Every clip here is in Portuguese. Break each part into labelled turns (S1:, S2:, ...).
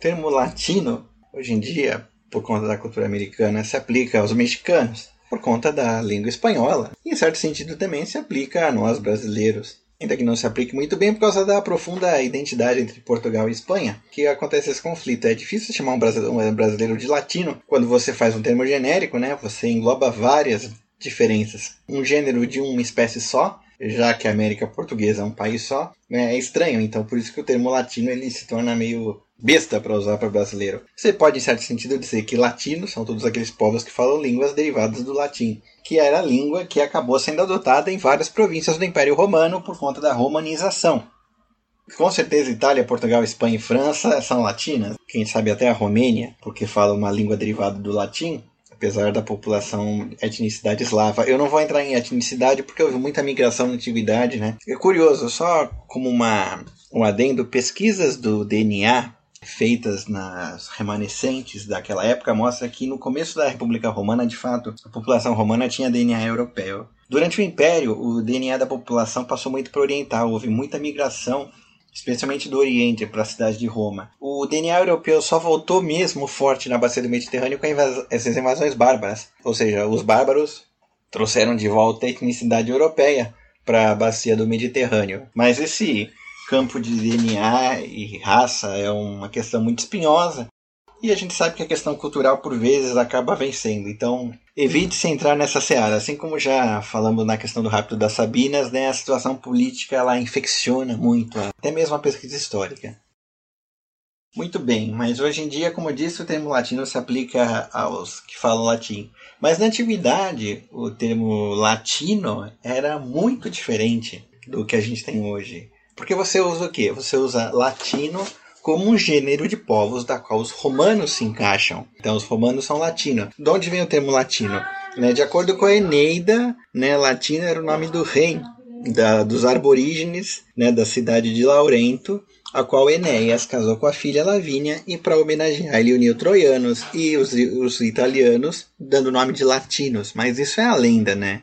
S1: termo latino, hoje em dia, por conta da cultura americana, se aplica aos mexicanos, por conta da língua espanhola. E, em certo sentido, também se aplica a nós brasileiros. Ainda que não se aplique muito bem por causa da profunda identidade entre Portugal e Espanha, que acontece esse conflito. É difícil chamar um brasileiro de latino quando você faz um termo genérico, né? Você engloba várias diferenças. Um gênero de uma espécie só, já que a América Portuguesa é um país só, é estranho. Então, por isso que o termo latino ele se torna meio besta para usar para brasileiro. Você pode, em certo sentido, dizer que latinos são todos aqueles povos que falam línguas derivadas do latim, que era a língua que acabou sendo adotada em várias províncias do Império Romano por conta da romanização. Com certeza Itália, Portugal, Espanha e França são latinas. Quem sabe até a Romênia, porque fala uma língua derivada do latim, apesar da população etnicidade eslava. Eu não vou entrar em etnicidade porque houve muita migração na antiguidade, né? É curioso, só como um adendo, pesquisas do DNA feitas nas remanescentes daquela época mostra que no começo da República Romana, de fato, a população romana tinha DNA europeu. Durante o Império, o DNA da população passou muito para o oriental, houve muita migração, especialmente do Oriente para a cidade de Roma. O DNA europeu só voltou mesmo forte na bacia do Mediterrâneo com essas invasões bárbaras, ou seja, os bárbaros trouxeram de volta a etnicidade europeia para a bacia do Mediterrâneo. Mas esse campo de DNA e raça é uma questão muito espinhosa e a gente sabe que a questão cultural por vezes acaba vencendo, então evite-se entrar nessa seara. Assim como já falamos na questão do rapto das Sabinas, né, a situação política ela infecciona muito, até mesmo a pesquisa histórica. Muito bem, mas hoje em dia, como eu disse, o termo latino se aplica aos que falam latim. Mas na antiguidade, o termo latino era muito diferente do que a gente tem hoje. Porque você usa o quê? Você usa latino como um gênero de povos da qual os romanos se encaixam. Então os romanos são latinos. De onde vem o termo latino? De acordo com a Eneida, latino era o nome do rei dos arborígenes, da cidade de Laurento, a qual Enéas casou com a filha Lavínia, e para homenagear ele uniu troianos e os italianos, dando o nome de latinos. Mas isso é a lenda, né?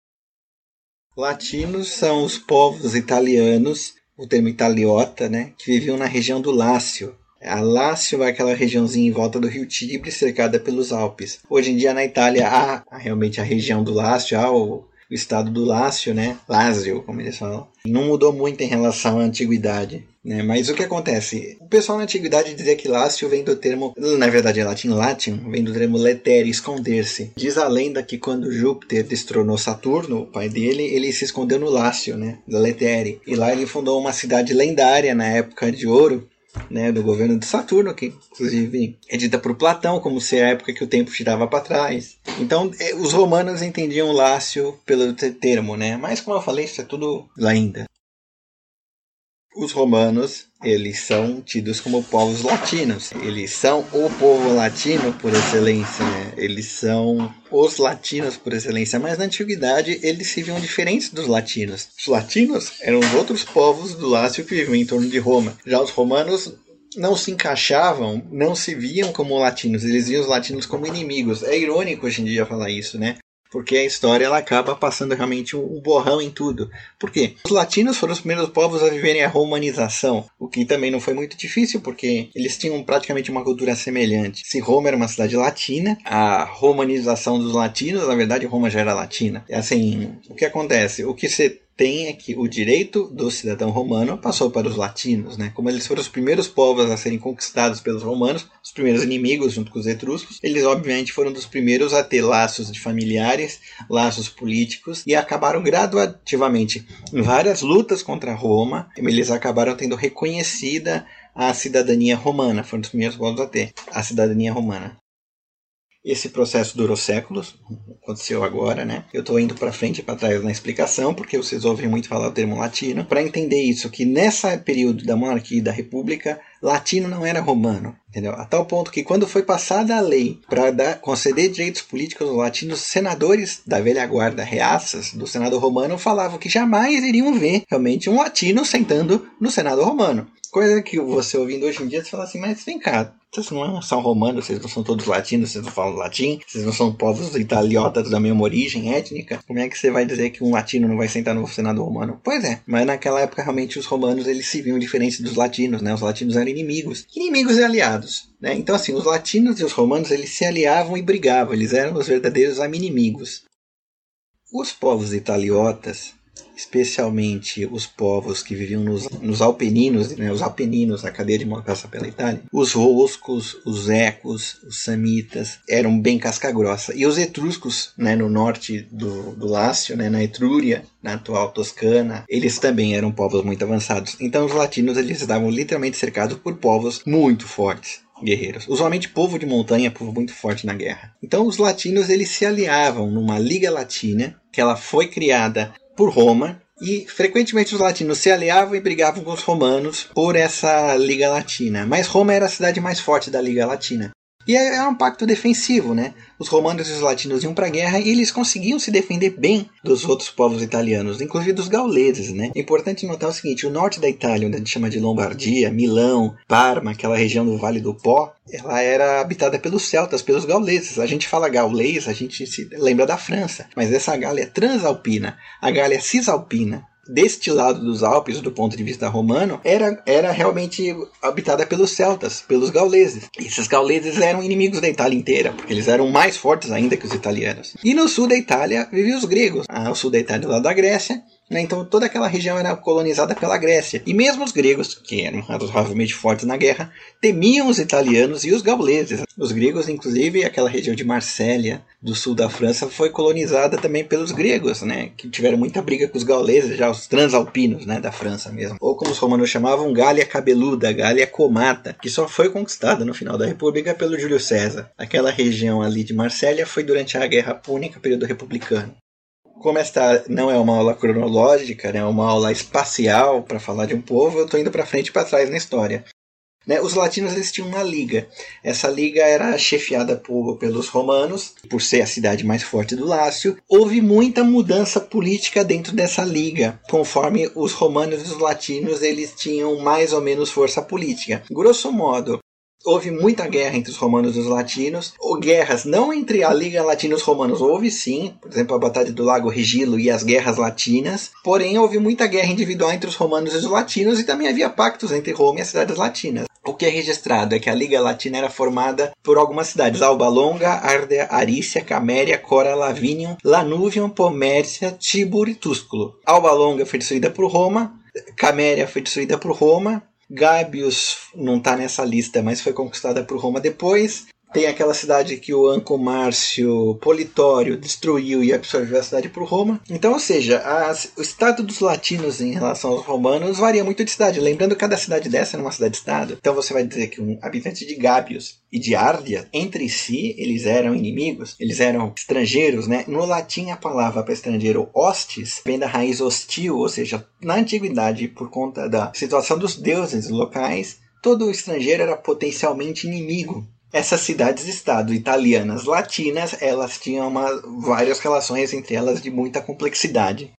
S1: Latinos são os povos italianos, o termo italiota, que viviam na região do Lácio. A Lácio é aquela regiãozinha em volta do rio Tibre, cercada pelos Alpes. Hoje em dia na Itália há realmente a região do Lácio, há o estado do Lácio, Lázio, como eles falam. Não mudou muito em relação à antiguidade, Mas o que acontece? O pessoal na antiguidade dizia que Lácio vem do termo, na verdade é latim, Latium, vem do termo letere, esconder-se. Diz a lenda que quando Júpiter destronou Saturno, o pai dele, ele se escondeu no Lácio, da letere. E lá ele fundou uma cidade lendária na época de ouro, do governo de Saturno, que inclusive é dita por Platão como se a época que o tempo girava para trás. Então os romanos entendiam Lácio pelo termo, mas como eu falei, isso é tudo lenda. Os romanos, eles são tidos como povos latinos. Eles são o povo latino por excelência, Eles são os latinos por excelência. Mas na antiguidade, eles se viam diferentes dos latinos. Os latinos eram os outros povos do Lácio que viviam em torno de Roma. Já os romanos não se encaixavam, não se viam como latinos. Eles viam os latinos como inimigos. É irônico hoje em dia falar isso, Porque a história ela acaba passando realmente um borrão em tudo. Por quê? Os latinos foram os primeiros povos a viverem a romanização, o que também não foi muito difícil, porque eles tinham praticamente uma cultura semelhante. Se Roma era uma cidade latina, a romanização dos latinos, na verdade Roma já era latina. Assim, o que acontece? O que você tem é que o direito do cidadão romano passou para os latinos, Como eles foram os primeiros povos a serem conquistados pelos romanos, os primeiros inimigos junto com os etruscos, eles obviamente foram dos primeiros a ter laços de familiares, laços políticos, e acabaram gradativamente em várias lutas contra Roma, eles acabaram tendo reconhecida a cidadania romana, foram os primeiros povos a ter a cidadania romana. Esse processo durou séculos, aconteceu agora, Eu estou indo para frente e para trás na explicação, porque vocês ouvem muito falar o termo latino, para entender isso, que nesse período da monarquia e da república, latino não era romano, entendeu? A tal ponto que quando foi passada a lei para conceder direitos políticos aos latinos, senadores da velha guarda, reaças do Senado romano, falavam que jamais iriam ver realmente um latino sentando no Senado romano. Coisa que você ouvindo hoje em dia, você fala assim, mas vem cá, vocês não são romanos, vocês não são todos latinos, vocês não falam latim, vocês não são povos italiotas da mesma origem étnica. Como é que você vai dizer que um latino não vai sentar no Senado romano? Pois é, mas naquela época realmente os romanos eles se viam diferentes dos latinos, né? Os latinos eram inimigos e aliados, né? Então assim, os latinos e os romanos eles se aliavam e brigavam, eles eram os verdadeiros inimigos. Os povos italiotas, especialmente os povos que viviam nos Alpeninos, né, os Apeninos, a cadeia de mão que passa pela Itália, os Volscos, os Ecos, os Samitas, eram bem casca-grossa. E os Etruscos, né, no norte do Lácio, né, na Etrúria, na atual Toscana, eles também eram povos muito avançados. Então os latinos eles estavam literalmente cercados por povos muito fortes. Guerreiros. Usualmente povo de montanha, povo muito forte na guerra. Então os latinos eles se aliavam numa Liga Latina, que ela foi criada por Roma, e frequentemente os latinos se aliavam e brigavam com os romanos por essa Liga Latina. Mas Roma era a cidade mais forte da Liga Latina. E era um pacto defensivo, né? Os romanos e os latinos iam para a guerra e eles conseguiam se defender bem dos outros povos italianos, inclusive dos gauleses, né? É importante notar o seguinte, o norte da Itália, onde a gente chama de Lombardia, Milão, Parma, aquela região do Vale do Pó, ela era habitada pelos celtas, pelos gauleses. A gente fala gaulês, a gente se lembra da França, mas essa Gália transalpina, a Gália cisalpina, deste lado dos Alpes, do ponto de vista romano, era realmente habitada pelos celtas, pelos gauleses. E esses gauleses eram inimigos da Itália inteira, porque eles eram mais fortes ainda que os italianos. E no sul da Itália viviam os gregos. O sul da Itália, do lado da Grécia, né? Então toda aquela região era colonizada pela Grécia. E mesmo os gregos, que eram razoavelmente fortes na guerra, temiam os italianos e os gauleses. Os gregos, inclusive, aquela região de Marsella, do sul da França, foi colonizada também pelos gregos, né? Que tiveram muita briga com os gauleses, já os transalpinos, né? Da França mesmo. Ou como os romanos chamavam, Gália Cabeluda, Gália Comata, que só foi conquistada no final da República pelo Júlio César. Aquela região ali de Marsella foi durante a Guerra Púnica, período republicano. Como esta não é uma aula cronológica, né, é uma aula espacial para falar de um povo, eu estou indo para frente e para trás na história. Né, os latinos eles tinham uma liga. Essa liga era chefiada pelos romanos, por ser a cidade mais forte do Lácio. Houve muita mudança política dentro dessa liga, conforme os romanos e os latinos eles tinham mais ou menos força política. Grosso modo, houve muita guerra entre os romanos e os latinos, ou guerras não entre a Liga Latina e os romanos, houve sim, por exemplo a Batalha do Lago Regilo e as guerras latinas, porém houve muita guerra individual entre os romanos e os latinos e também havia pactos entre Roma e as cidades latinas. O que é registrado é que a Liga Latina era formada por algumas cidades, Alba Longa, Ardea, Arícia, Caméria, Cora, Lavinium, Lanuvium, Pomércia, Tibur e Túsculo. Alba Longa foi destruída por Roma, Caméria foi destruída por Roma, Gabius não está nessa lista, mas foi conquistada por Roma depois. Tem aquela cidade que o Anco Márcio Politório destruiu e absorveu a cidade por Roma. Então, ou seja, o estado dos latinos em relação aos romanos varia muito de cidade. Lembrando que cada cidade dessa era uma cidade-estado. Então você vai dizer que um habitante de Gabius e de Árdia, entre si, eles eram inimigos, eles eram estrangeiros, né? No latim, a palavra para estrangeiro, hostis, vem da raiz hostil, ou seja, na antiguidade, por conta da situação dos deuses locais, todo estrangeiro era potencialmente inimigo. Essas cidades-estado italianas latinas, elas tinham várias relações entre elas de muita complexidade.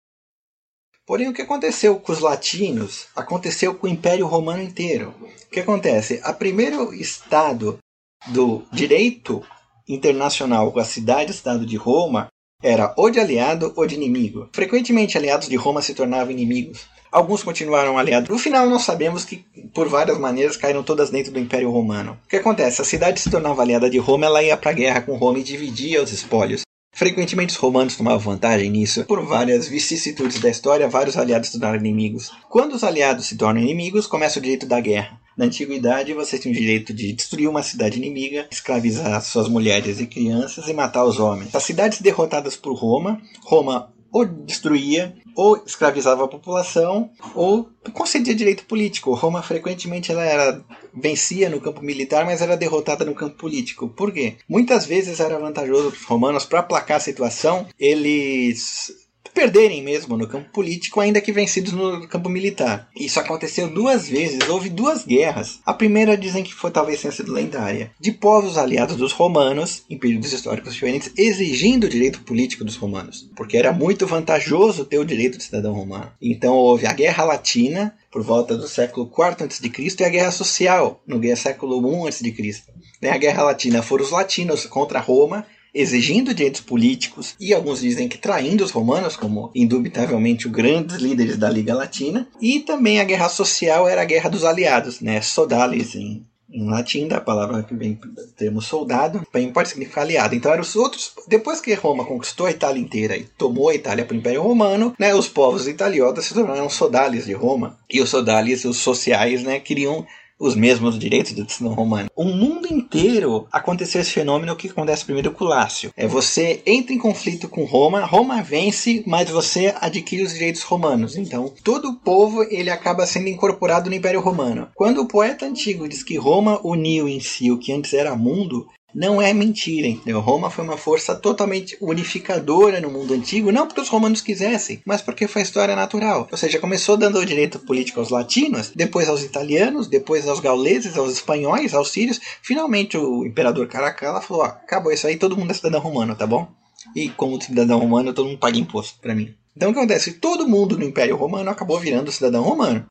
S1: Porém, o que aconteceu com os latinos, aconteceu com o Império Romano inteiro. O que acontece? O primeiro estado do direito internacional com a cidade-estado de Roma era ou de aliado ou de inimigo. Frequentemente, aliados de Roma se tornavam inimigos. Alguns continuaram aliados. No final, nós sabemos que, por várias maneiras, caíram todas dentro do Império Romano. O que acontece? A cidade se tornava aliada de Roma, ela ia para a guerra com Roma e dividia os espólios. Frequentemente, os romanos tomavam vantagem nisso. Por várias vicissitudes da história, vários aliados se tornaram inimigos. Quando os aliados se tornam inimigos, começa o direito da guerra. Na antiguidade, você tinha o direito de destruir uma cidade inimiga, escravizar suas mulheres e crianças e matar os homens. As cidades derrotadas por Roma ou destruía, ou escravizava a população, ou concedia direito político. Roma frequentemente vencia no campo militar, mas era derrotada no campo político. Por quê? Muitas vezes era vantajoso para os romanos, para aplacar a situação, eles perderem mesmo no campo político, ainda que vencidos no campo militar. Isso aconteceu 2 vezes, houve 2 guerras. A primeira dizem que talvez tenha sido lendária, de povos aliados dos romanos, em períodos históricos diferentes, exigindo o direito político dos romanos, porque era muito vantajoso ter o direito de cidadão romano. Então houve a Guerra Latina, por volta do século IV a.C., e a Guerra Social, no século I a.C. A Guerra Latina foram os latinos contra Roma, exigindo direitos políticos e alguns dizem que traindo os romanos, como indubitavelmente os grandes líderes da Liga Latina. E também a Guerra Social era a Guerra dos Aliados, né? Sodalis em latim, da palavra que vem do termo soldado, também pode significar aliado. Então eram os outros, depois que Roma conquistou a Itália inteira e tomou a Itália para o Império Romano, né, os povos italiotas se tornaram sodalis de Roma. E os sodalis, os sociais, né, queriam os mesmos direitos do cidadão romano. O mundo inteiro aconteceu esse fenômeno que acontece primeiro com Lácio. Você entra em conflito com Roma, Roma vence, mas você adquire os direitos romanos. Então, todo o povo ele acaba sendo incorporado no Império Romano. Quando o poeta antigo diz que Roma uniu em si o que antes era mundo, não é mentira, entendeu? Roma foi uma força totalmente unificadora no mundo antigo, não porque os romanos quisessem, mas porque foi a história natural. Ou seja, começou dando o direito político aos latinos, depois aos italianos, depois aos gauleses, aos espanhóis, aos sírios. Finalmente o imperador Caracalla falou, acabou isso aí, todo mundo é cidadão romano, tá bom? E como cidadão romano, todo mundo paga imposto pra mim. Então o que acontece? Todo mundo no Império Romano acabou virando cidadão romano.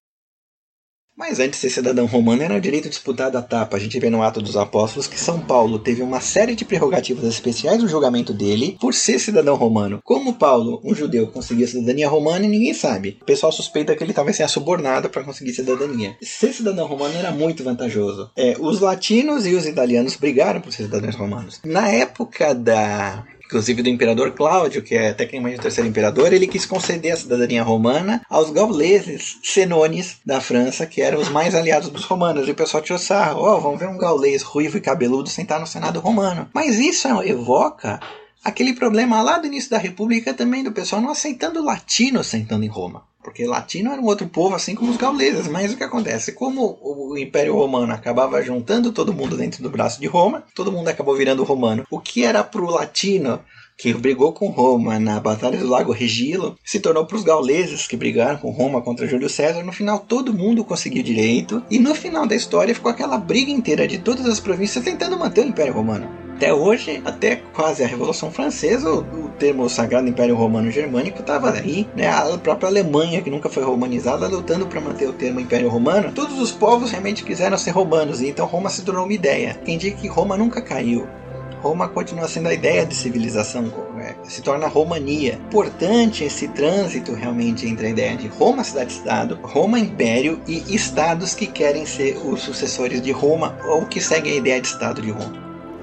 S1: Mas antes de ser cidadão romano era um direito disputado à tapa. A gente vê no Atos dos Apóstolos que São Paulo teve uma série de prerrogativas especiais no julgamento dele por ser cidadão romano. Como Paulo, um judeu, conseguia cidadania romana, ninguém sabe. O pessoal suspeita que ele talvez tenha subornado para conseguir cidadania. Ser cidadão romano era muito vantajoso. Os latinos e os italianos brigaram por ser cidadãos romanos. Na época inclusive do imperador Cláudio, que é tecnicamente o terceiro imperador, ele quis conceder a cidadania romana aos gauleses senones da França, que eram os mais aliados dos romanos. E o pessoal tirou sarro, vamos ver um gaulês ruivo e cabeludo sentar no Senado romano. Mas isso evoca aquele problema lá do início da República também, do pessoal não aceitando latinos sentando em Roma. Porque latino era um outro povo, assim como os gauleses. Mas o que acontece? Como o Império Romano acabava juntando todo mundo dentro do braço de Roma, todo mundo acabou virando romano. O que era pro latino, que brigou com Roma na Batalha do Lago Regilo, se tornou para os gauleses, que brigaram com Roma contra Júlio César. No final, todo mundo conseguiu direito. E no final da história, ficou aquela briga inteira de todas as províncias tentando manter o Império Romano. Até hoje, até quase a Revolução Francesa, o termo Sagrado Império Romano Germânico estava aí, né? A própria Alemanha, que nunca foi romanizada, lutando para manter o termo Império Romano. Todos os povos realmente quiseram ser romanos, e então Roma se tornou uma ideia. Quem diz que Roma nunca caiu. Roma continua sendo a ideia de civilização, se torna Romania. Importante esse trânsito realmente entre a ideia de Roma cidade-estado, Roma império e estados que querem ser os sucessores de Roma ou que seguem a ideia de estado de Roma.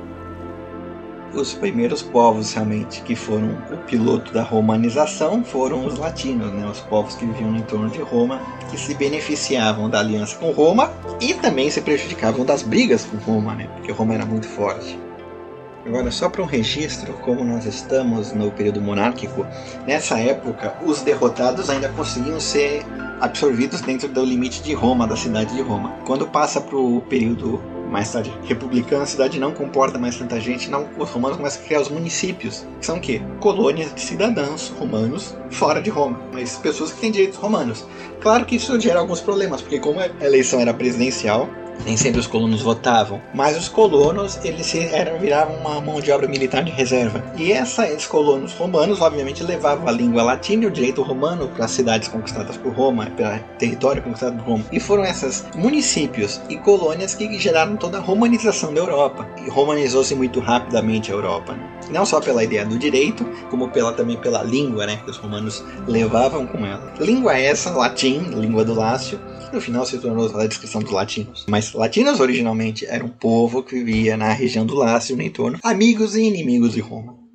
S1: Os primeiros povos realmente que foram o piloto da romanização foram os latinos, né? Os povos que viviam no entorno de Roma, que se beneficiavam da aliança com Roma e também se prejudicavam das brigas com Roma, né? Porque Roma era muito forte. Agora, só para um registro, como nós estamos no período monárquico, nessa época os derrotados ainda conseguiam ser absorvidos dentro do limite de Roma, da cidade de Roma. Quando passa para o período mais tarde republicano, a cidade não comporta mais tanta gente, os romanos começam a criar os municípios, que são o quê? Colônias de cidadãos romanos fora de Roma, mas pessoas que têm direitos romanos. Claro que isso gera alguns problemas, porque como a eleição era presidencial, nem sempre os colonos votavam, mas os colonos eles viravam uma mão de obra militar de reserva. E esses colonos romanos, obviamente, levavam a língua latina e o direito romano para as cidades conquistadas por Roma, para o território conquistado por Roma. E foram esses municípios e colônias que geraram toda a romanização da Europa. E romanizou-se muito rapidamente a Europa, né? Não só pela ideia do direito, como também pela língua, né, que os romanos levavam com ela. Língua essa, latim, língua do Lácio, que no final se tornou a descrição dos latinos. Mas latinos originalmente eram um povo que vivia na região do Lácio, no entorno, amigos e inimigos de Roma.